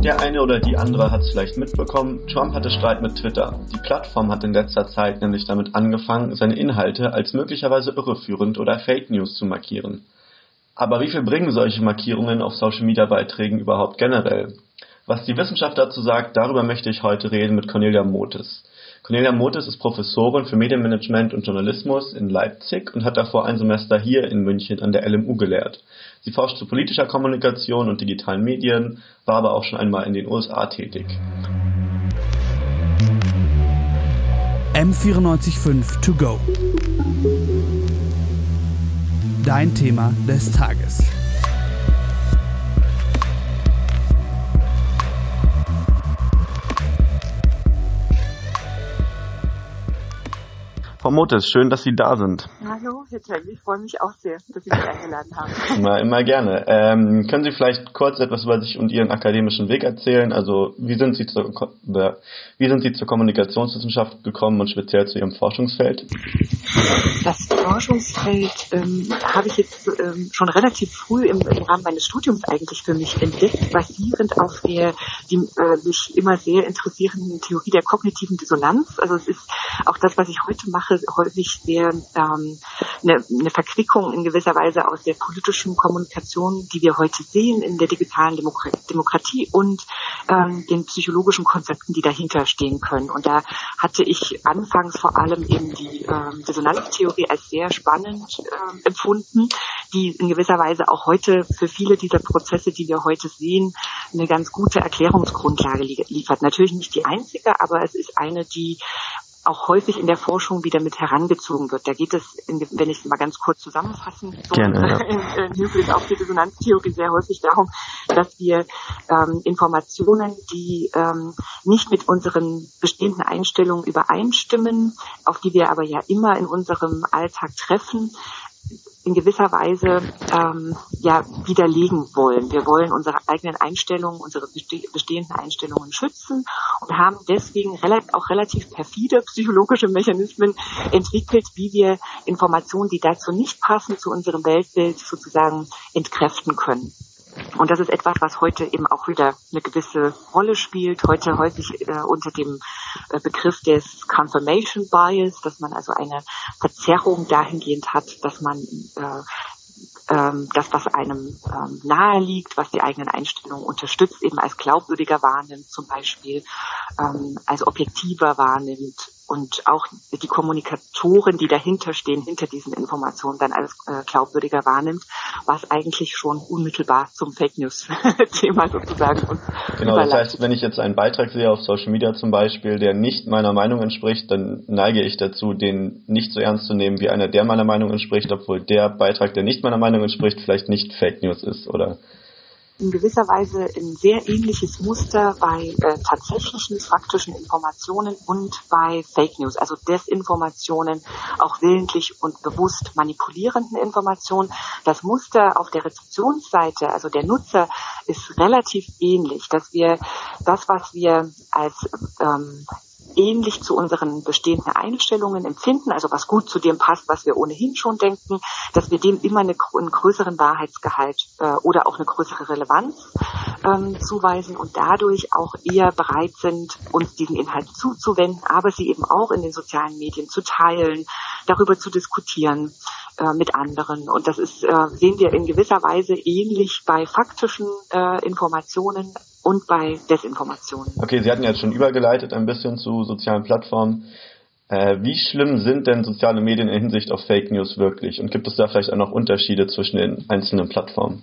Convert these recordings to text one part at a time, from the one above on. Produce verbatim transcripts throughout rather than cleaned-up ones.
Der eine oder die andere hat es vielleicht mitbekommen, Trump hatte Streit mit Twitter. Die Plattform hat in letzter Zeit nämlich damit angefangen, seine Inhalte als möglicherweise irreführend oder Fake News zu markieren. Aber wie viel bringen solche Markierungen auf Social-Media-Beiträgen überhaupt generell? Was die Wissenschaft dazu sagt, darüber möchte ich heute reden mit Cornelia Motis. Cornelia Motis ist Professorin für Medienmanagement und Journalismus in Leipzig und hat davor ein Semester hier in München an der L M U gelehrt. Sie forscht zu politischer Kommunikation und digitalen Medien, war aber auch schon einmal in den U S A tätig. M vierundneunzig Komma fünf To Go. Dein Thema des Tages. Frau Motis, schön, dass Sie da sind. Hallo, Herr Tell, ich freue mich auch sehr, dass Sie mich eingeladen haben. Immer, immer gerne. Ähm, können Sie vielleicht kurz etwas über sich und Ihren akademischen Weg erzählen? Also wie sind Sie zur, wie sind Sie zur Kommunikationswissenschaft gekommen und speziell zu Ihrem Forschungsfeld? Das Forschungsfeld ähm, habe ich jetzt ähm, schon relativ früh im, im Rahmen meines Studiums eigentlich für mich entdeckt, basierend auf der die, äh, mich immer sehr interessierenden Theorie der kognitiven Dissonanz. Also es ist auch das, was ich heute mache, häufig sehr ähm, eine, eine Verquickung in gewisser Weise aus der politischen Kommunikation, die wir heute sehen in der digitalen Demokra- Demokratie und ähm, den psychologischen Konzepten, die dahinter stehen können. Und da hatte ich anfangs vor allem eben die ähm, Dissonanztheorie als sehr spannend äh, empfunden, die in gewisser Weise auch heute für viele dieser Prozesse, die wir heute sehen, eine ganz gute Erklärungsgrundlage li- liefert. Natürlich nicht die einzige, aber es ist eine, die auch häufig in der Forschung wieder mit herangezogen wird. Da geht es, in, wenn ich es mal ganz kurz zusammenfassen soll, Gerne, ja. im, im Hinblick auf die Dissonanztheorie sehr häufig darum, dass wir ähm, Informationen, die ähm, nicht mit unseren bestehenden Einstellungen übereinstimmen, auf die wir aber ja immer in unserem Alltag treffen, in gewisser Weise ähm, ja widerlegen wollen. Wir wollen unsere eigenen Einstellungen, unsere beste- bestehenden Einstellungen schützen und haben deswegen relativ, auch relativ perfide psychologische Mechanismen entwickelt, wie wir Informationen, die dazu nicht passen, zu unserem Weltbild sozusagen entkräften können. Und das ist etwas, was heute eben auch wieder eine gewisse Rolle spielt. Heute häufig äh, unter dem äh, Begriff des Confirmation Bias, dass man also eine Verzerrung dahingehend hat, dass man äh, ähm, das, was einem ähm, nahe liegt, was die eigenen Einstellungen unterstützt, eben als glaubwürdiger wahrnimmt, zum Beispiel ähm, als objektiver wahrnimmt und auch die Kommunikatoren, die dahinter stehen, hinter diesen Informationen dann als äh, glaubwürdiger wahrnimmt, was eigentlich schon unmittelbar zum Fake News-Thema sozusagen uns Genau, das heißt, wenn ich jetzt einen Beitrag sehe auf Social Media zum Beispiel, der nicht meiner Meinung entspricht, dann neige ich dazu, den nicht so ernst zu nehmen, wie einer, der meiner Meinung entspricht, obwohl der Beitrag, der nicht meiner Meinung entspricht, vielleicht nicht Fake News ist, oder? In gewisser Weise ein sehr ähnliches Muster bei äh, tatsächlichen, faktischen Informationen und bei Fake News, also Desinformationen, auch willentlich und bewusst manipulierenden Informationen. Das Muster auf der Rezeptionsseite, also der Nutzer, ist relativ ähnlich, dass wir das, was wir als ähm, ähnlich zu unseren bestehenden Einstellungen empfinden, also was gut zu dem passt, was wir ohnehin schon denken, dass wir dem immer eine, einen größeren Wahrheitsgehalt äh, oder auch eine größere Relevanz ähm, zuweisen und dadurch auch eher bereit sind, uns diesen Inhalten zuzuwenden, aber sie eben auch in den sozialen Medien zu teilen, darüber zu diskutieren äh, mit anderen. Und das ist, äh, sehen wir in gewisser Weise ähnlich bei faktischen äh, Informationen und bei Desinformationen. Okay, Sie hatten jetzt schon übergeleitet ein bisschen zu sozialen Plattformen. Äh, wie schlimm sind denn soziale Medien in Hinsicht auf Fake News wirklich? Und gibt es da vielleicht auch noch Unterschiede zwischen den einzelnen Plattformen?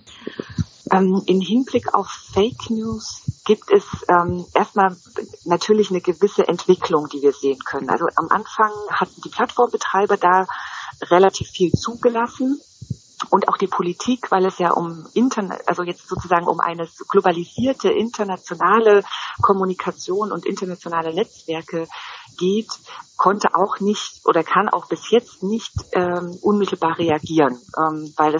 Ähm, in Hinblick auf Fake News gibt es ähm, erstmal natürlich eine gewisse Entwicklung, die wir sehen können. Also am Anfang hatten die Plattformbetreiber da relativ viel zugelassen. Und auch die Politik, weil es ja um Internet, also jetzt sozusagen um eine globalisierte internationale Kommunikation und internationale Netzwerke geht, konnte auch nicht oder kann auch bis jetzt nicht ähm, unmittelbar reagieren, ähm, weil es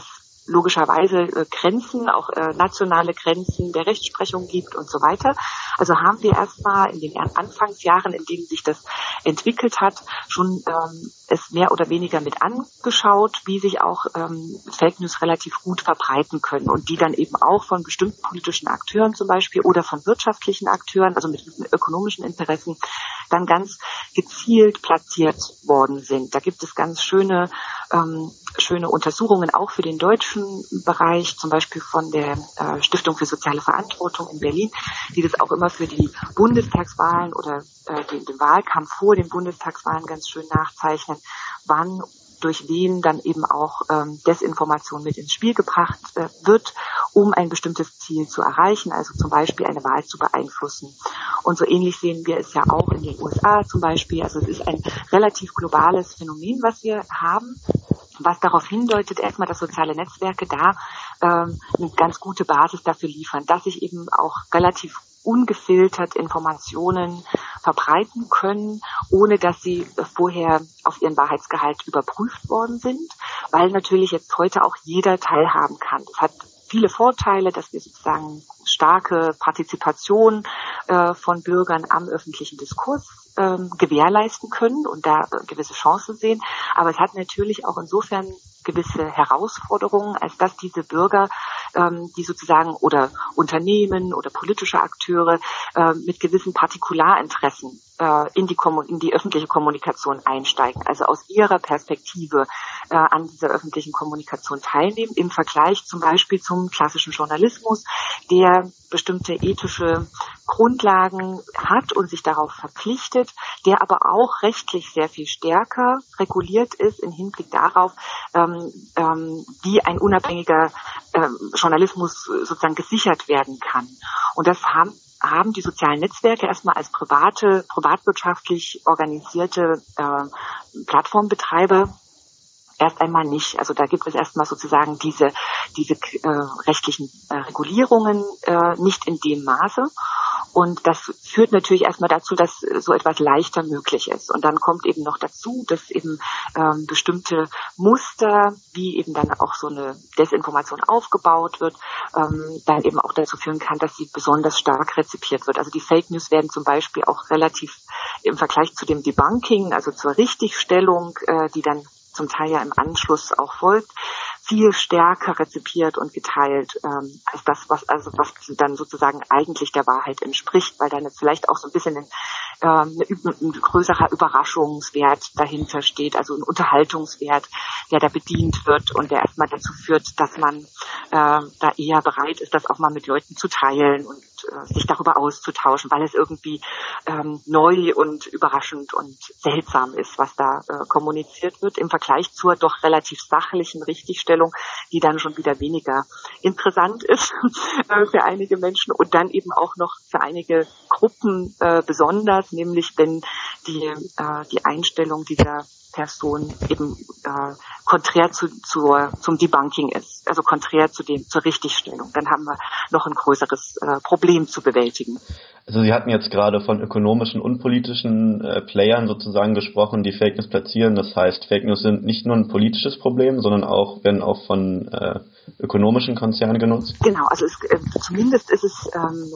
logischerweise äh, Grenzen, auch äh, nationale Grenzen der Rechtsprechung gibt und so weiter. Also haben wir erstmal in den Anfangsjahren, in denen sich das entwickelt hat, schon ähm, es mehr oder weniger mit angeschaut, wie sich auch ähm, Fake News relativ gut verbreiten können und die dann eben auch von bestimmten politischen Akteuren zum Beispiel oder von wirtschaftlichen Akteuren, also mit ökonomischen Interessen, dann ganz gezielt platziert worden sind. Da gibt es ganz schöne ähm, schöne Untersuchungen auch für den deutschen Bereich, zum Beispiel von der äh, Stiftung für soziale Verantwortung in Berlin, die das auch immer für die Bundestagswahlen oder äh, den, den Wahlkampf vor den Bundestagswahlen ganz schön nachzeichnen, wann durch wen dann eben auch ähm, Desinformation mit ins Spiel gebracht äh, wird, um ein bestimmtes Ziel zu erreichen, also zum Beispiel eine Wahl zu beeinflussen. Und so ähnlich sehen wir es ja auch in den U S A zum Beispiel. Also es ist ein relativ globales Phänomen, was wir haben, was darauf hindeutet, erstmal, dass soziale Netzwerke da ähm, eine ganz gute Basis dafür liefern, dass sich eben auch relativ ungefiltert Informationen verbreiten können, ohne dass sie vorher auf ihren Wahrheitsgehalt überprüft worden sind, weil natürlich jetzt heute auch jeder teilhaben kann. Es hat viele Vorteile, dass wir sozusagen starke Partizipation äh, von Bürgern am öffentlichen Diskurs ähm, gewährleisten können und da äh, gewisse Chancen sehen. Aber es hat natürlich auch insofern gewisse Herausforderungen, als dass diese Bürger, ähm, die sozusagen oder Unternehmen oder politische Akteure äh, mit gewissen Partikularinteressen äh, in die Kommun- in die öffentliche Kommunikation einsteigen, also aus ihrer Perspektive äh, an dieser öffentlichen Kommunikation teilnehmen, im Vergleich zum Beispiel zum klassischen Journalismus, der bestimmte ethische Grundlagen hat und sich darauf verpflichtet, der aber auch rechtlich sehr viel stärker reguliert ist im Hinblick darauf, ähm, ähm, wie ein unabhängiger ähm, Journalismus sozusagen gesichert werden kann. Und das haben haben die sozialen Netzwerke erstmal als private, privatwirtschaftlich organisierte äh, Plattformbetreiber erst einmal nicht. Also da gibt es erstmal sozusagen diese diese äh, rechtlichen äh, Regulierungen äh, nicht in dem Maße. Und das führt natürlich erstmal dazu, dass so etwas leichter möglich ist. Und dann kommt eben noch dazu, dass eben ähm, bestimmte Muster, wie eben dann auch so eine Desinformation aufgebaut wird, ähm, dann eben auch dazu führen kann, dass sie besonders stark rezipiert wird. Also die Fake News werden zum Beispiel auch relativ im Vergleich zu dem Debunking, also zur Richtigstellung, äh, die dann zum Teil ja im Anschluss auch folgt, viel stärker rezipiert und geteilt ähm, als das, was also was dann sozusagen eigentlich der Wahrheit entspricht, weil dann jetzt vielleicht auch so ein bisschen ein, ähm, ein größerer Überraschungswert dahinter steht, also ein Unterhaltungswert, der da bedient wird und der erstmal dazu führt, dass man äh, da eher bereit ist, das auch mal mit Leuten zu teilen und äh, sich darüber auszutauschen, weil es irgendwie ähm, neu und überraschend und seltsam ist, was da äh, kommuniziert wird, im Vergleich zur doch relativ sachlichen Richtigstellung, die dann schon wieder weniger interessant ist äh, für einige Menschen und dann eben auch noch für einige Gruppen äh, besonders, nämlich wenn die, äh, die Einstellung dieser Person eben äh, konträr zu, zur, zum Debunking ist, also konträr zu dem, zur Richtigstellung. Dann haben wir noch ein größeres äh, Problem zu bewältigen. Also Sie hatten jetzt gerade von ökonomischen und politischen äh, Playern sozusagen gesprochen, die Fake News platzieren. Das heißt, Fake News sind nicht nur ein politisches Problem, sondern auch werden auch von äh, ökonomischen Konzernen genutzt? Genau, also es, äh, zumindest ist es ähm,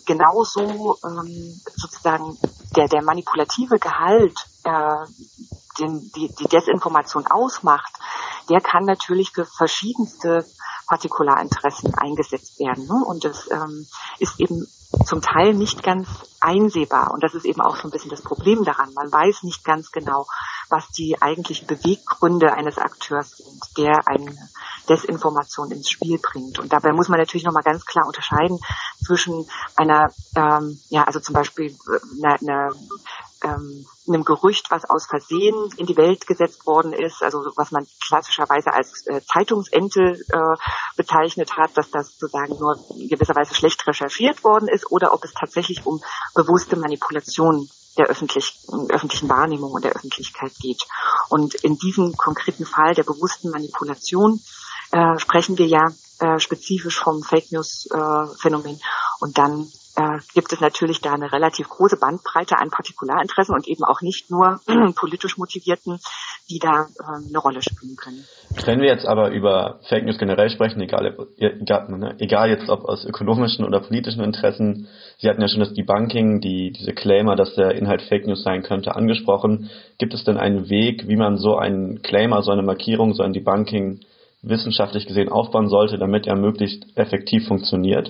genauso ähm, sozusagen der, der manipulative Gehalt, äh, den die, die Desinformation ausmacht, der kann natürlich für verschiedenste Partikularinteressen eingesetzt werden. Ne? Und das ähm, ist eben zum Teil nicht ganz einsehbar. Und das ist eben auch so ein bisschen das Problem daran. Man weiß nicht ganz genau, was die eigentlichen Beweggründe eines Akteurs sind, der eine Desinformation ins Spiel bringt. Und dabei muss man natürlich nochmal ganz klar unterscheiden zwischen einer, ähm, ja, also zum Beispiel einer, einer ähm, einem Gerücht, was aus Versehen in die Welt gesetzt worden ist, also was man klassischerweise als äh, Zeitungsente äh, bezeichnet hat, dass das sozusagen nur in gewisser Weise schlecht recherchiert worden ist, oder ob es tatsächlich um bewusste Manipulation der öffentlichen, öffentlichen Wahrnehmung und der Öffentlichkeit geht. Und in diesem konkreten Fall der bewussten Manipulation äh, sprechen wir ja äh, spezifisch vom Fake News äh, Phänomen. Und dann äh, gibt es natürlich da eine relativ große Bandbreite an Partikularinteressen und eben auch nicht nur politisch motivierten, die da äh, eine Rolle spielen können. Wenn wir jetzt aber über Fake News generell sprechen, egal, egal, ne, egal jetzt ob aus ökonomischen oder politischen Interessen, Sie hatten ja schon das Debunking, die, diese Claimer, dass der Inhalt Fake News sein könnte, angesprochen. Gibt es denn einen Weg, wie man so einen Claimer, so eine Markierung, so ein Debunking wissenschaftlich gesehen aufbauen sollte, damit er möglichst effektiv funktioniert?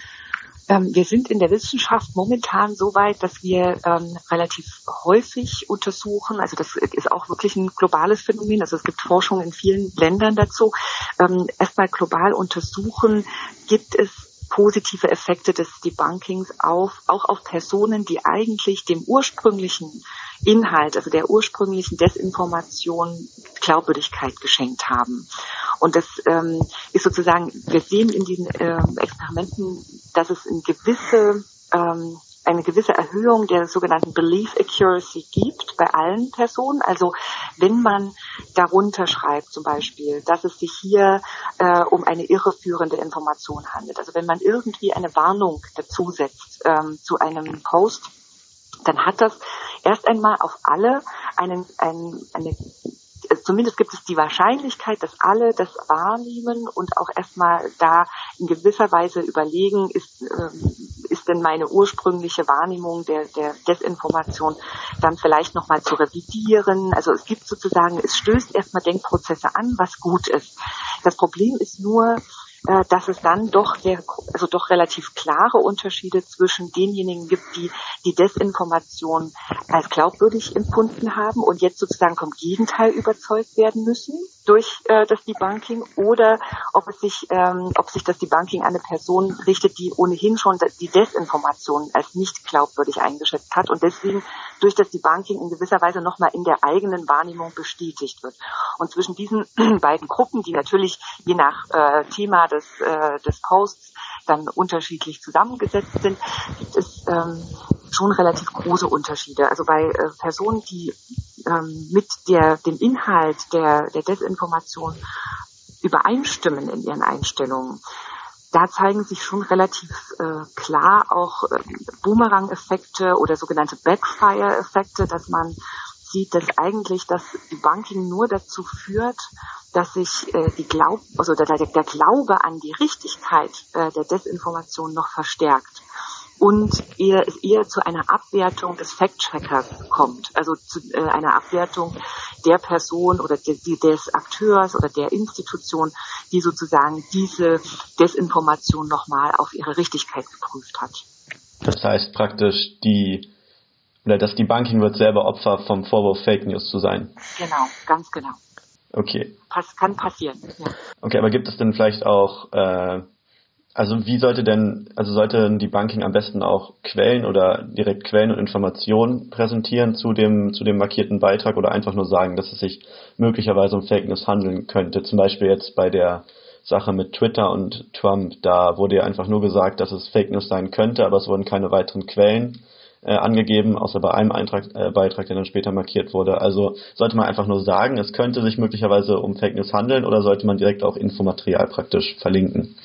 Ähm, wir sind in der Wissenschaft momentan so weit, dass wir ähm, relativ häufig untersuchen, also das ist auch wirklich ein globales Phänomen, also es gibt Forschung in vielen Ländern dazu, ähm, erstmal global untersuchen, gibt es positive Effekte des Debunkings auf, auch auf Personen, die eigentlich dem ursprünglichen Inhalt, also der ursprünglichen Desinformation Glaubwürdigkeit geschenkt haben. Und das ähm, ist sozusagen, wir sehen in diesen ähm, Experimenten, dass es eine gewisse, ähm, eine gewisse Erhöhung der sogenannten Belief Accuracy gibt bei allen Personen. Also wenn man darunter schreibt zum Beispiel, dass es sich hier äh, um eine irreführende Information handelt. Also wenn man irgendwie eine Warnung dazu setzt ähm, zu einem Post, dann hat das erst einmal auf alle einen, einen, eine zumindest gibt es die Wahrscheinlichkeit, dass alle das wahrnehmen und auch erstmal da in gewisser Weise überlegen, ist, ähm, ist denn meine ursprüngliche Wahrnehmung der, der Desinformation dann vielleicht nochmal zu revidieren. Also es gibt sozusagen, es stößt erstmal Denkprozesse an, was gut ist. Das Problem ist nur, dass es dann doch sehr, also doch relativ klare Unterschiede zwischen denjenigen gibt, die die Desinformation als glaubwürdig empfunden haben und jetzt sozusagen vom Gegenteil überzeugt werden müssen durch äh, das Debunking, oder ob es sich, ähm, ob sich das Debunking an eine Person richtet, die ohnehin schon die Desinformation als nicht glaubwürdig eingeschätzt hat und deswegen durch das Debunking in gewisser Weise nochmal in der eigenen Wahrnehmung bestätigt wird. Und zwischen diesen beiden Gruppen, die natürlich je nach äh, Thema des, äh, des Posts dann unterschiedlich zusammengesetzt sind, gibt es ähm, schon relativ große Unterschiede. Also bei äh, Personen, die ähm, mit der, dem Inhalt der, der Desinformation übereinstimmen in ihren Einstellungen, da zeigen sich schon relativ äh, klar auch äh, Boomerang-Effekte oder sogenannte Backfire-Effekte, dass man sieht, dass eigentlich das Debunking nur dazu führt, dass sich äh, die Glaub, also der, der, der Glaube an die Richtigkeit äh, der Desinformation noch verstärkt und eher, es eher zu einer Abwertung des Fact-Checkers kommt, also zu äh, einer Abwertung der Person oder de, de, des Akteurs oder der Institution, die sozusagen diese Desinformation nochmal auf ihre Richtigkeit geprüft hat. Das heißt praktisch, die oder das Debunking wird selber Opfer vom Vorwurf Fake News zu sein. Genau, ganz genau. Okay. Pass, kann passieren. Ja. Okay, aber gibt es denn vielleicht auch, äh, also wie sollte denn, also sollte ein Debunking am besten auch Quellen oder direkt Quellen und Informationen präsentieren zu dem zu dem markierten Beitrag oder einfach nur sagen, dass es sich möglicherweise um Fake News handeln könnte? Zum Beispiel jetzt bei der Sache mit Twitter und Trump, da wurde ja einfach nur gesagt, dass es Fake News sein könnte, aber es wurden keine weiteren Quellen Äh, angegeben, außer bei einem Eintrag, äh, Beitrag, der dann später markiert wurde. Also sollte man einfach nur sagen, es könnte sich möglicherweise um Fake News handeln, oder sollte man direkt auch Infomaterial praktisch verlinken?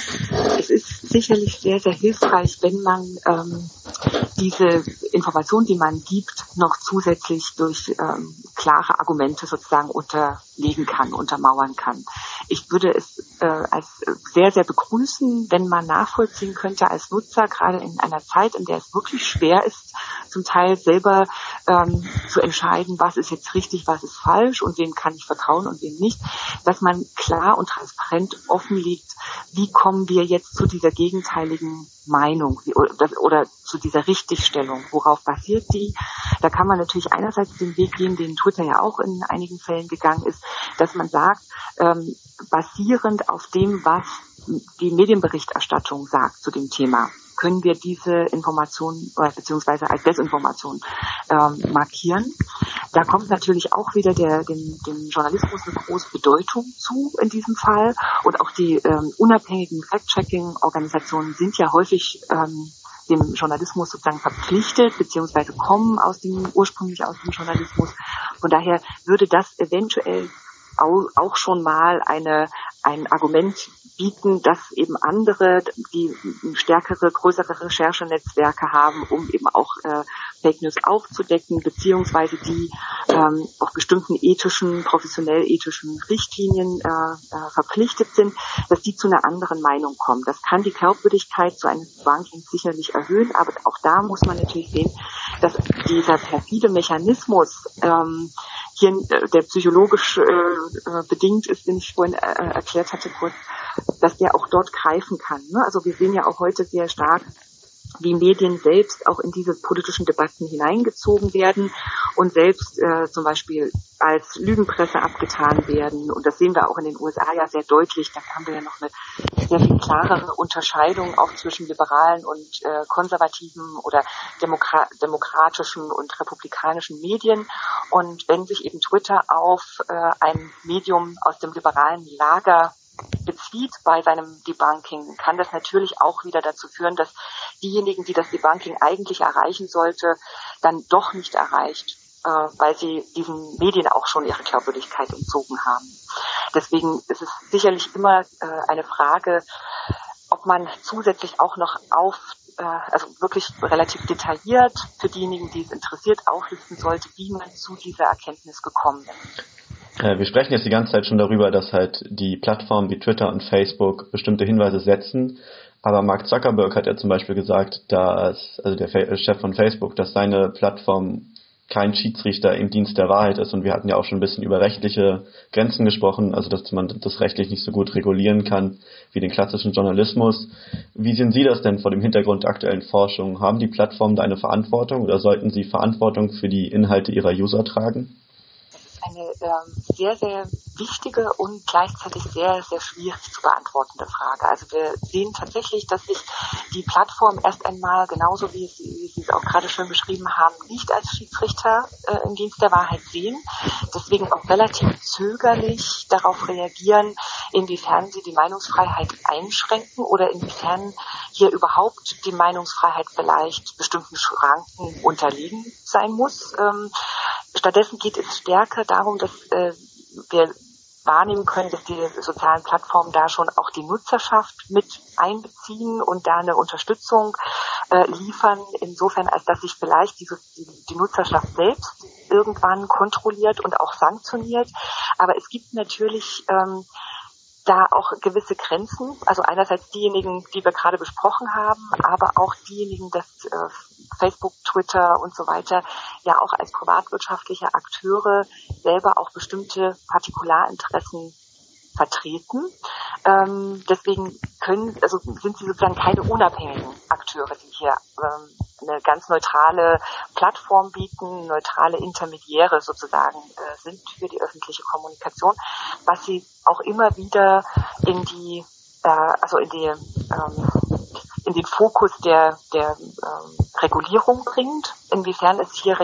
Es ist sicherlich sehr, sehr hilfreich, wenn man ähm, diese Information, die man gibt, noch zusätzlich durch ähm, klare Argumente sozusagen unterlegen kann, untermauern kann. Ich würde es äh, als sehr, sehr begrüßen, wenn man nachvollziehen könnte als Nutzer, gerade in einer Zeit, in der es wirklich schwer ist, zum Teil selber ähm, zu entscheiden, was ist jetzt richtig, was ist falsch und wem kann ich vertrauen und wem nicht, dass man klar und transparent offenlegt, wie kommen wir jetzt zu dieser gegenteiligen Meinung wie, oder, oder zu dieser Richtigstellung, worauf basiert die? Da kann man natürlich einerseits den Weg gehen, den Twitter ja auch in einigen Fällen gegangen ist, dass man sagt, ähm, basierend auf dem, was die Medienberichterstattung sagt zu dem Thema, können wir diese Information äh, beziehungsweise als Desinformation ähm, markieren. Da kommt natürlich auch wieder der, dem, dem Journalismus eine große Bedeutung zu in diesem Fall. Und auch die ähm, unabhängigen Fact-Checking-Organisationen sind ja häufig ähm, dem Journalismus sozusagen verpflichtet, beziehungsweise kommen aus dem, ursprünglich aus dem Journalismus. Von daher würde das eventuell auch schon mal eine ein Argument bieten, dass eben andere, die stärkere, größere Recherchenetzwerke haben, um eben auch äh, Fake News aufzudecken, beziehungsweise die ähm, auch bestimmten ethischen, professionell ethischen Richtlinien äh, äh, verpflichtet sind, dass die zu einer anderen Meinung kommen. Das kann die Glaubwürdigkeit so eines Debunkings sicherlich erhöhen, aber auch da muss man natürlich sehen, dass dieser perfide Mechanismus ähm, hier, äh, der psychologisch äh, bedingt ist, den ich vorhin äh, erklärt hatte kurz, dass der auch dort greifen kann. Ne? Also wir sehen ja auch heute sehr stark, wie Medien selbst auch in diese politischen Debatten hineingezogen werden und selbst äh, zum Beispiel als Lügenpresse abgetan werden. Und das sehen wir auch in den U S A ja sehr deutlich. Da haben wir ja noch eine sehr viel klarere Unterscheidung auch zwischen liberalen und äh, konservativen oder demokra- demokratischen und republikanischen Medien. Und wenn sich eben Twitter auf äh, ein Medium aus dem liberalen Lager bezieht bei seinem Debunking, kann das natürlich auch wieder dazu führen, dass diejenigen, die das Debunking eigentlich erreichen sollte, dann doch nicht erreicht, äh, weil sie diesen Medien auch schon ihre Glaubwürdigkeit entzogen haben. Deswegen ist es sicherlich immer äh, eine Frage, ob man zusätzlich auch noch auf, äh, also wirklich relativ detailliert für diejenigen, die es interessiert, auflisten sollte, wie man zu dieser Erkenntnis gekommen ist. Wir sprechen jetzt die ganze Zeit schon darüber, dass halt die Plattformen wie Twitter und Facebook bestimmte Hinweise setzen. Aber Mark Zuckerberg hat ja zum Beispiel gesagt, dass, also der Chef von Facebook, dass seine Plattform kein Schiedsrichter im Dienst der Wahrheit ist. Und wir hatten ja auch schon ein bisschen über rechtliche Grenzen gesprochen, also dass man das rechtlich nicht so gut regulieren kann wie den klassischen Journalismus. Wie sehen Sie das denn vor dem Hintergrund der aktuellen Forschung? Haben die Plattformen da eine Verantwortung oder sollten sie Verantwortung für die Inhalte ihrer User tragen? Eine ähm, sehr, sehr wichtige und gleichzeitig sehr, sehr schwierig zu beantwortende Frage. Also wir sehen tatsächlich, dass sich die Plattformen erst einmal, genauso wie Sie, wie Sie es auch gerade schon beschrieben haben, nicht als Schiedsrichter äh, im Dienst der Wahrheit sehen, deswegen auch relativ zögerlich darauf reagieren, inwiefern sie die Meinungsfreiheit einschränken oder inwiefern hier überhaupt die Meinungsfreiheit vielleicht bestimmten Schranken unterlegen sein muss. Ähm, Stattdessen geht es stärker darum, dass äh, wir wahrnehmen können, dass die sozialen Plattformen da schon auch die Nutzerschaft mit einbeziehen und da eine Unterstützung äh, liefern, insofern als dass sich vielleicht die, die, die Nutzerschaft selbst irgendwann kontrolliert und auch sanktioniert. Aber es gibt natürlich ähm, da auch gewisse Grenzen, also einerseits diejenigen, die wir gerade besprochen haben, aber auch diejenigen, dass äh, Facebook, Twitter und so weiter ja auch als privatwirtschaftliche Akteure selber auch bestimmte Partikularinteressen vertreten. Ähm, deswegen können, also sind sie sozusagen keine unabhängigen Akteure, die hier ähm, eine ganz neutrale Plattform bieten, neutrale Intermediäre sozusagen äh, sind für die öffentliche Kommunikation, was sie auch immer wieder in die, äh, also in die, ähm, in den Fokus der, der ähm, Regulierung bringt, inwiefern es hier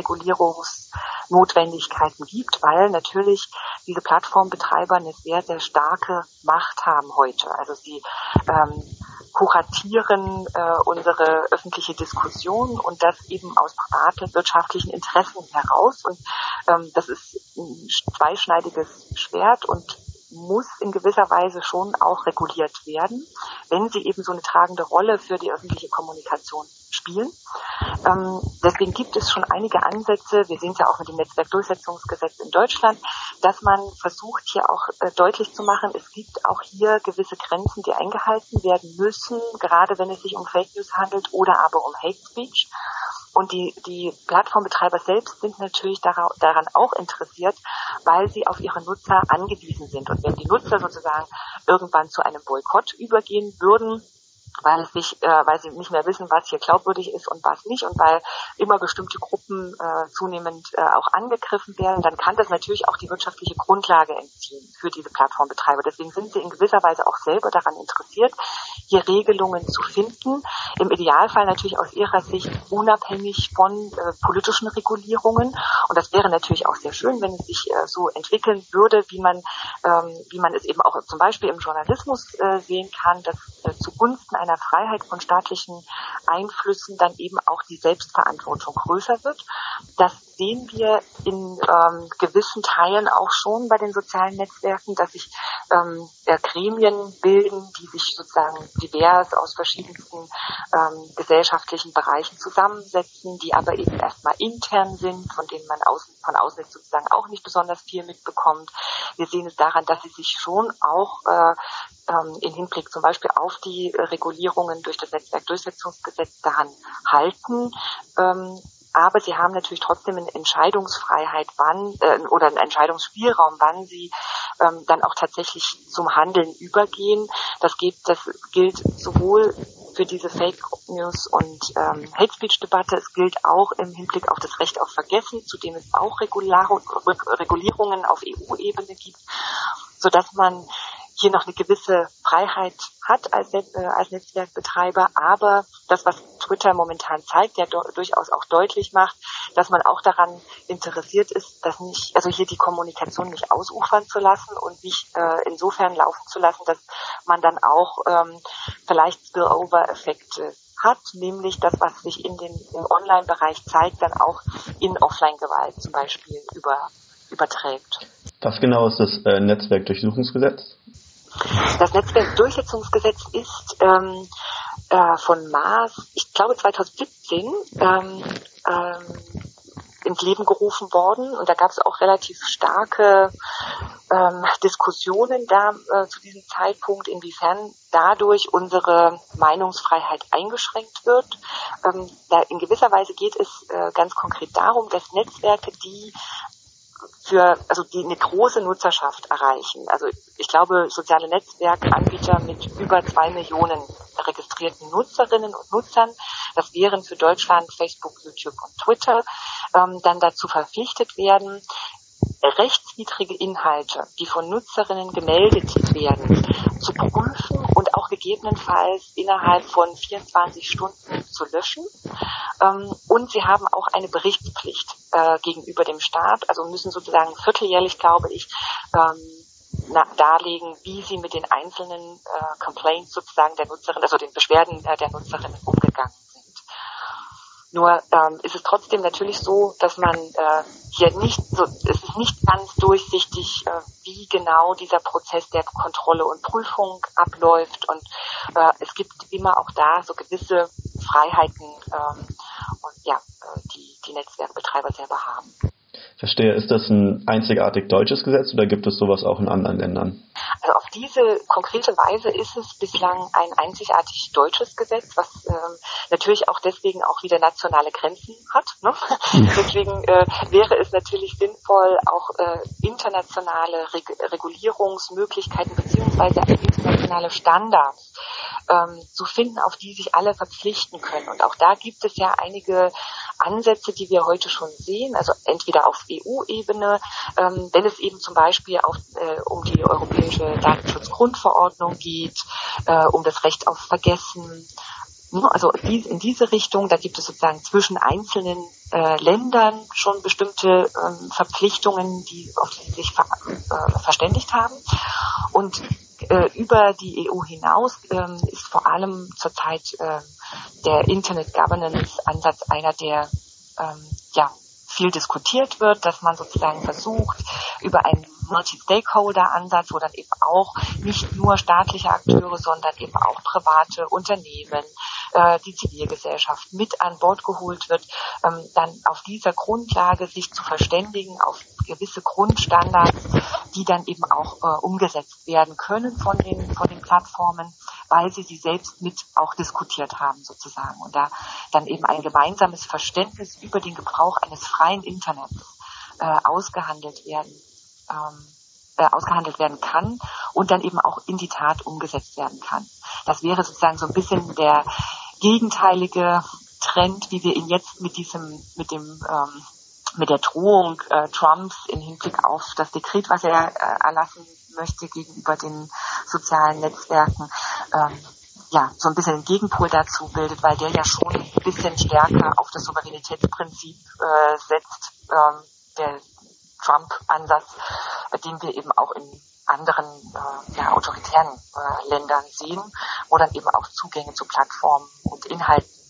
Regulierungsnotwendigkeiten gibt, weil natürlich diese Plattformbetreiber eine sehr, sehr starke Macht haben heute. Also sie ähm, kuratieren äh, unsere öffentliche Diskussion und das eben aus privaten wirtschaftlichen Interessen heraus. Und ähm, das ist ein zweischneidiges Schwert und muss in gewisser Weise schon auch reguliert werden, wenn sie eben so eine tragende Rolle für die öffentliche Kommunikation spielen. Ähm, deswegen gibt es schon einige Ansätze, wir sehen es ja auch mit dem Netzwerkdurchsetzungsgesetz in Deutschland, dass man versucht hier auch äh, deutlich zu machen, es gibt auch hier gewisse Grenzen, die eingehalten werden müssen, gerade wenn es sich um Fake News handelt oder aber um Hate Speech. Und die, die Plattformbetreiber selbst sind natürlich daran, daran auch interessiert, weil sie auf ihre Nutzer angewiesen sind. Und wenn die Nutzer sozusagen irgendwann zu einem Boykott übergehen würden, weil es sich, äh, weil sie nicht mehr wissen, was hier glaubwürdig ist und was nicht und weil immer bestimmte Gruppen äh, zunehmend äh, auch angegriffen werden, dann kann das natürlich auch die wirtschaftliche Grundlage entziehen für diese Plattformbetreiber. Deswegen sind sie in gewisser Weise auch selber daran interessiert, hier Regelungen zu finden, im Idealfall natürlich aus ihrer Sicht unabhängig von äh, politischen Regulierungen. Und das wäre natürlich auch sehr schön, wenn es sich äh, so entwickeln würde, wie man ähm, wie man es eben auch zum Beispiel im Journalismus äh, sehen kann, dass äh, zugunsten einer Freiheit von staatlichen Einflüssen dann eben auch die Selbstverantwortung größer wird. Das sehen wir in ähm, gewissen Teilen auch schon bei den sozialen Netzwerken, dass sich ähm, äh, Gremien bilden, die sich sozusagen divers aus verschiedensten ähm, gesellschaftlichen Bereichen zusammensetzen, die aber eben erstmal intern sind, von denen man außen, von außen jetzt sozusagen auch nicht besonders viel mitbekommt. Wir sehen es daran, dass sie sich schon auch äh, ähm, im Hinblick zum Beispiel auf die äh, Regulierungen durch das Netzwerkdurchsetzungsgesetz daran halten. Ähm, Aber sie haben natürlich trotzdem eine Entscheidungsfreiheit, wann äh, oder einen Entscheidungsspielraum, wann sie ähm, dann auch tatsächlich zum Handeln übergehen. Das geht, das gilt sowohl für diese Fake News und ähm, Hate Speech Debatte. Es gilt auch im Hinblick auf das Recht auf Vergessen, zu dem es auch Regular- Regulierungen auf E U-Ebene gibt, sodass man hier noch eine gewisse Freiheit hat als, äh, als Netzwerkbetreiber, aber das, was Twitter momentan zeigt, ja do- durchaus auch deutlich macht, dass man auch daran interessiert ist, dass nicht, also hier die Kommunikation nicht ausufern zu lassen und nicht äh, insofern laufen zu lassen, dass man dann auch ähm, vielleicht Spillover-Effekte hat, nämlich das, was sich in den im Online-Bereich zeigt, dann auch in Offline-Gewalt zum Beispiel über, überträgt. Was genau ist das äh, Netzwerkdurchsuchungsgesetz? Das Netzwerkdurchsetzungsgesetz ist ähm, äh, von Maas, ich glaube zwanzig siebzehn, ähm, ähm, ins Leben gerufen worden. Und da gab es auch relativ starke ähm, Diskussionen da äh, zu diesem Zeitpunkt, inwiefern dadurch unsere Meinungsfreiheit eingeschränkt wird. Ähm, da in gewisser Weise geht es äh, ganz konkret darum, dass Netzwerke, die für, also die eine große Nutzerschaft erreichen. Also ich glaube, soziale Netzwerkanbieter mit über zwei Millionen registrierten Nutzerinnen und Nutzern, das wären für Deutschland Facebook, YouTube und Twitter, ähm, dann dazu verpflichtet werden, rechtswidrige Inhalte, die von Nutzerinnen gemeldet werden, zu prüfen und auch gegebenenfalls innerhalb von vierundzwanzig Stunden zu löschen. Ähm, und sie haben auch eine Berichtspflicht äh, gegenüber dem Staat, also müssen sozusagen vierteljährlich, glaube ich, ähm, na, darlegen, wie sie mit den einzelnen äh, Complaints sozusagen der Nutzerin, also den Beschwerden äh, der Nutzerinnen umgegangen sind. Nur ähm, ist es trotzdem natürlich so, dass man äh, hier nicht so, es ist nicht ganz durchsichtig, äh, wie genau dieser Prozess der Kontrolle und Prüfung abläuft, und äh, es gibt immer auch da so gewisse Freiheiten, ähm, und ja, äh, die die Netzwerkbetreiber selber haben. Verstehe. Ist das ein einzigartig deutsches Gesetz oder gibt es sowas auch in anderen Ländern? Also auf diese konkrete Weise ist es bislang ein einzigartig deutsches Gesetz, was ähm, natürlich auch deswegen auch wieder nationale Grenzen hat. Ne? Mhm. Deswegen äh, wäre es natürlich sinnvoll, auch äh, internationale Reg- Regulierungsmöglichkeiten beziehungsweise internationale Standards ähm, zu finden, auf die sich alle verpflichten können. Und auch da gibt es ja einige Ansätze, die wir heute schon sehen, also entweder auf E U-Ebene, ähm, wenn es eben zum Beispiel auf, äh, um die europäische Datenschutzgrundverordnung geht, äh, um das Recht auf Vergessen. Also in diese Richtung, da gibt es sozusagen zwischen einzelnen äh, Ländern schon bestimmte ähm, Verpflichtungen, die auf die sie sich ver, äh, verständigt haben. Und äh, über die E U hinaus ähm, ist vor allem zurzeit äh, der Internet Governance Ansatz einer, der ähm, ja viel diskutiert wird, dass man sozusagen versucht, über einen Multi-Stakeholder-Ansatz, wo dann eben auch nicht nur staatliche Akteure, sondern eben auch private Unternehmen, äh, die Zivilgesellschaft mit an Bord geholt wird, ähm, dann auf dieser Grundlage sich zu verständigen auf gewisse Grundstandards, die dann eben auch äh, umgesetzt werden können von den von den Plattformen, weil sie sie selbst mit auch diskutiert haben sozusagen, und da dann eben ein gemeinsames Verständnis über den Gebrauch eines freien Internets äh, ausgehandelt werden ähm, äh, ausgehandelt werden kann und dann eben auch in die Tat umgesetzt werden kann. Das wäre sozusagen so ein bisschen der gegenteilige Trend, wie wir ihn jetzt mit diesem mit dem ähm, mit der Drohung äh, Trumps im Hinblick auf das Dekret, was er äh, erlassen möchte gegenüber den sozialen Netzwerken, ähm, ja, so ein bisschen den Gegenpol dazu bildet, weil der ja schon ein bisschen stärker auf das Souveränitätsprinzip äh, setzt, ähm, der Trump-Ansatz, den wir eben auch in anderen äh, ja, autoritären äh, Ländern sehen, wo dann eben auch Zugänge zu Plattformen und Inhalten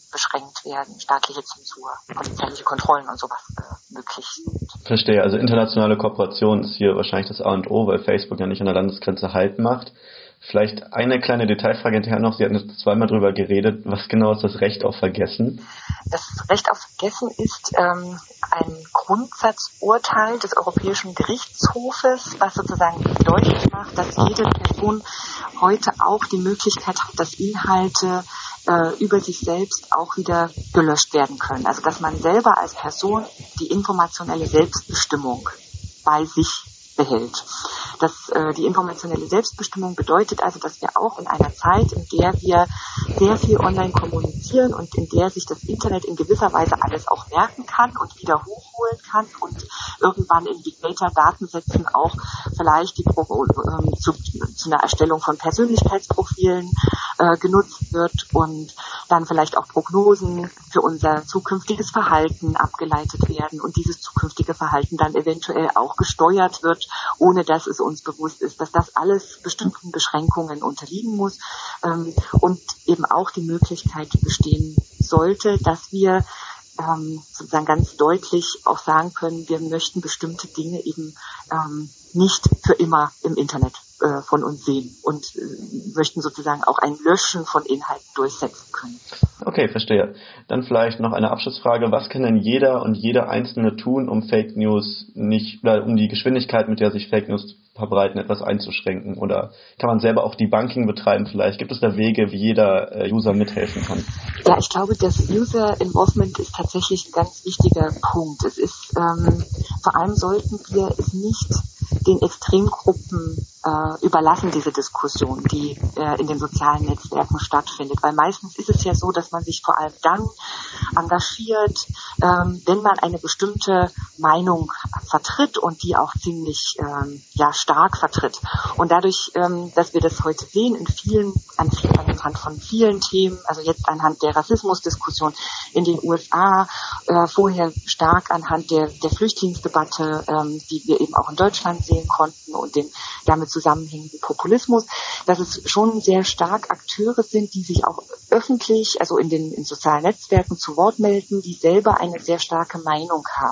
beschränkt werden, staatliche Zensur, polizeiliche Kontrollen und sowas äh, möglich sind. Verstehe, also internationale Kooperation ist hier wahrscheinlich das A und O, weil Facebook ja nicht an der Landesgrenze Halt macht. Vielleicht eine kleine Detailfrage hinterher noch. Sie hatten jetzt zweimal drüber geredet. Was genau ist das Recht auf Vergessen? Das Recht auf Vergessen ist ähm, ein Grundsatzurteil des Europäischen Gerichtshofes, was sozusagen deutlich macht, dass jede Person heute auch die Möglichkeit hat, dass Inhalte äh, über sich selbst auch wieder gelöscht werden können. Also dass man selber als Person die informationelle Selbstbestimmung bei sich behält. Das, äh, die informationelle Selbstbestimmung bedeutet also, dass wir auch in einer Zeit, in der wir sehr viel online kommunizieren und in der sich das Internet in gewisser Weise alles auch merken kann und wieder hochholen kann und irgendwann in Big Data Datensätzen auch vielleicht die Pro, äh, zu, zu einer Erstellung von Persönlichkeitsprofilen äh, genutzt wird und dann vielleicht auch Prognosen für unser zukünftiges Verhalten abgeleitet werden und dieses zukünftige Verhalten dann eventuell auch gesteuert wird, ohne dass es uns bewusst ist, dass das alles bestimmten Beschränkungen unterliegen muss ähm, und eben auch die Möglichkeit bestehen sollte, dass wir ähm, sozusagen ganz deutlich auch sagen können, wir möchten bestimmte Dinge eben ähm, nicht für immer im Internet äh, von uns sehen und äh, möchten sozusagen auch ein Löschen von Inhalten durchsetzen können. Okay, verstehe. Dann vielleicht noch eine Abschlussfrage. Was kann denn jeder und jede Einzelne tun, um Fake News nicht, oder um die Geschwindigkeit, mit der sich Fake News verbreiten, etwas einzuschränken? Oder kann man selber auch Debunking betreiben vielleicht? Gibt es da Wege, wie jeder äh, User mithelfen kann? Ja, ich glaube, das User Involvement ist tatsächlich ein ganz wichtiger Punkt. Es ist, ähm, vor allem sollten wir es nicht den Extremgruppen äh, überlassen, diese Diskussion, die äh, in den sozialen Netzwerken stattfindet. Weil meistens ist es ja so, dass man sich vor allem dann engagiert, ähm, wenn man eine bestimmte Meinung vertritt und die auch ziemlich ähm, ja stark vertritt. Und dadurch, ähm, dass wir das heute sehen, in vielen, an, anhand von vielen Themen, also jetzt anhand der Rassismusdiskussion in den U S A, äh, vorher stark anhand der, der Flüchtlingsdebatte, ähm, die wir eben auch in Deutschland sehen konnten und den damit zusammenhängenden Populismus, dass es schon sehr stark Akteure sind, die sich auch öffentlich, also in den in sozialen Netzwerken zu Wort melden, die selber eine sehr starke Meinung haben.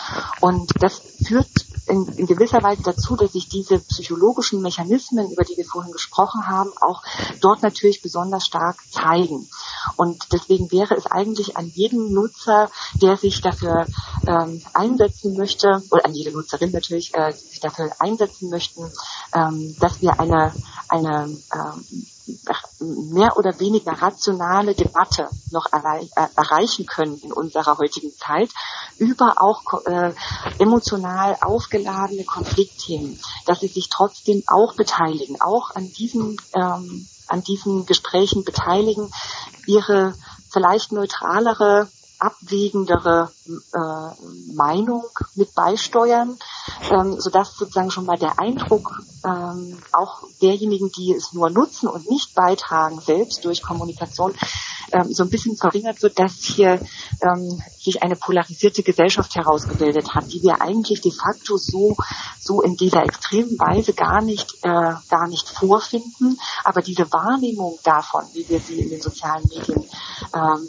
Und das führt in, in gewisser Weise dazu, dass sich diese psychologischen Mechanismen, über die wir vorhin gesprochen haben, auch dort natürlich besonders stark zeigen. Und deswegen wäre es eigentlich an jeden Nutzer, der sich dafür ähm, einsetzen möchte, oder an jede Nutzerin natürlich, äh, die sich dafür einsetzen möchten, ähm, dass wir eine eine ähm, mehr oder weniger rationale Debatte noch erreich, äh, erreichen können in unserer heutigen Zeit über auch äh, emotional aufgeladene Konfliktthemen, dass sie sich trotzdem auch beteiligen, auch an diesen ähm, an diesen Gesprächen beteiligen, ihre vielleicht neutralere, abwägendere äh, Meinung mit beisteuern, ähm, sodass sozusagen schon mal der Eindruck ähm, auch derjenigen, die es nur nutzen und nicht beitragen, selbst durch Kommunikation, ähm, so ein bisschen verringert wird, dass hier ähm, sich eine polarisierte Gesellschaft herausgebildet hat, die wir eigentlich de facto so so in dieser extremen Weise gar nicht äh, gar nicht vorfinden, aber diese Wahrnehmung davon, wie wir sie in den sozialen Medien ähm,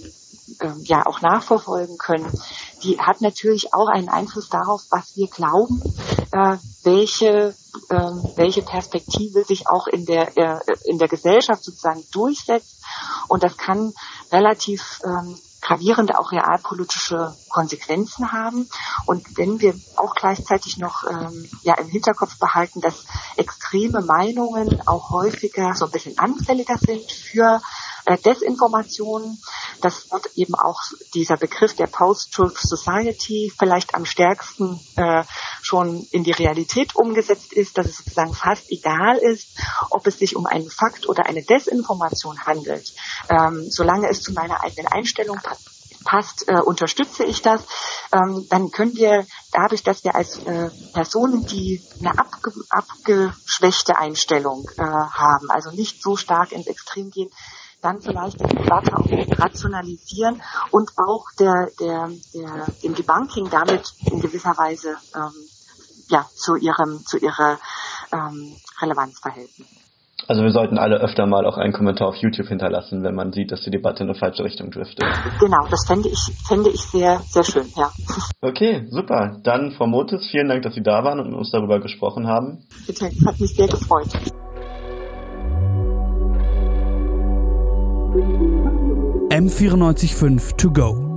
ja auch nachverfolgen können, die hat natürlich auch einen Einfluss darauf, was wir glauben, äh, welche äh, welche Perspektive sich auch in der äh, in der Gesellschaft sozusagen durchsetzt, und das kann relativ ähm, gravierende, auch realpolitische Konsequenzen haben. Und wenn wir auch gleichzeitig noch ähm, ja im Hinterkopf behalten, dass extreme Meinungen auch häufiger so ein bisschen anfälliger sind für äh, Desinformationen, dass dort eben auch dieser Begriff der Post-Truth Society vielleicht am stärksten äh, schon in die Realität umgesetzt ist, dass es sozusagen fast egal ist, ob es sich um einen Fakt oder eine Desinformation handelt. Ähm, solange es zu meiner eigenen Einstellung passt, passt, äh, unterstütze ich das, ähm, dann können wir dadurch, dass wir als äh, Personen, die eine abge- abgeschwächte Einstellung äh, haben, also nicht so stark ins Extrem gehen, dann vielleicht die Debatte auch rationalisieren und auch der, der, der, dem Debunking damit in gewisser Weise ähm, ja zu ihrem zu ihrer ähm, Relevanz verhelfen. Also wir sollten alle öfter mal auch einen Kommentar auf YouTube hinterlassen, wenn man sieht, dass die Debatte in eine falsche Richtung driftet. Genau, das fände ich, fände ich sehr, sehr schön, ja. Okay, super. Dann Frau Motes, vielen Dank, dass Sie da waren und mit uns darüber gesprochen haben. Bitte, hat mich sehr gefreut. M vierundneunzig Komma fünf to go.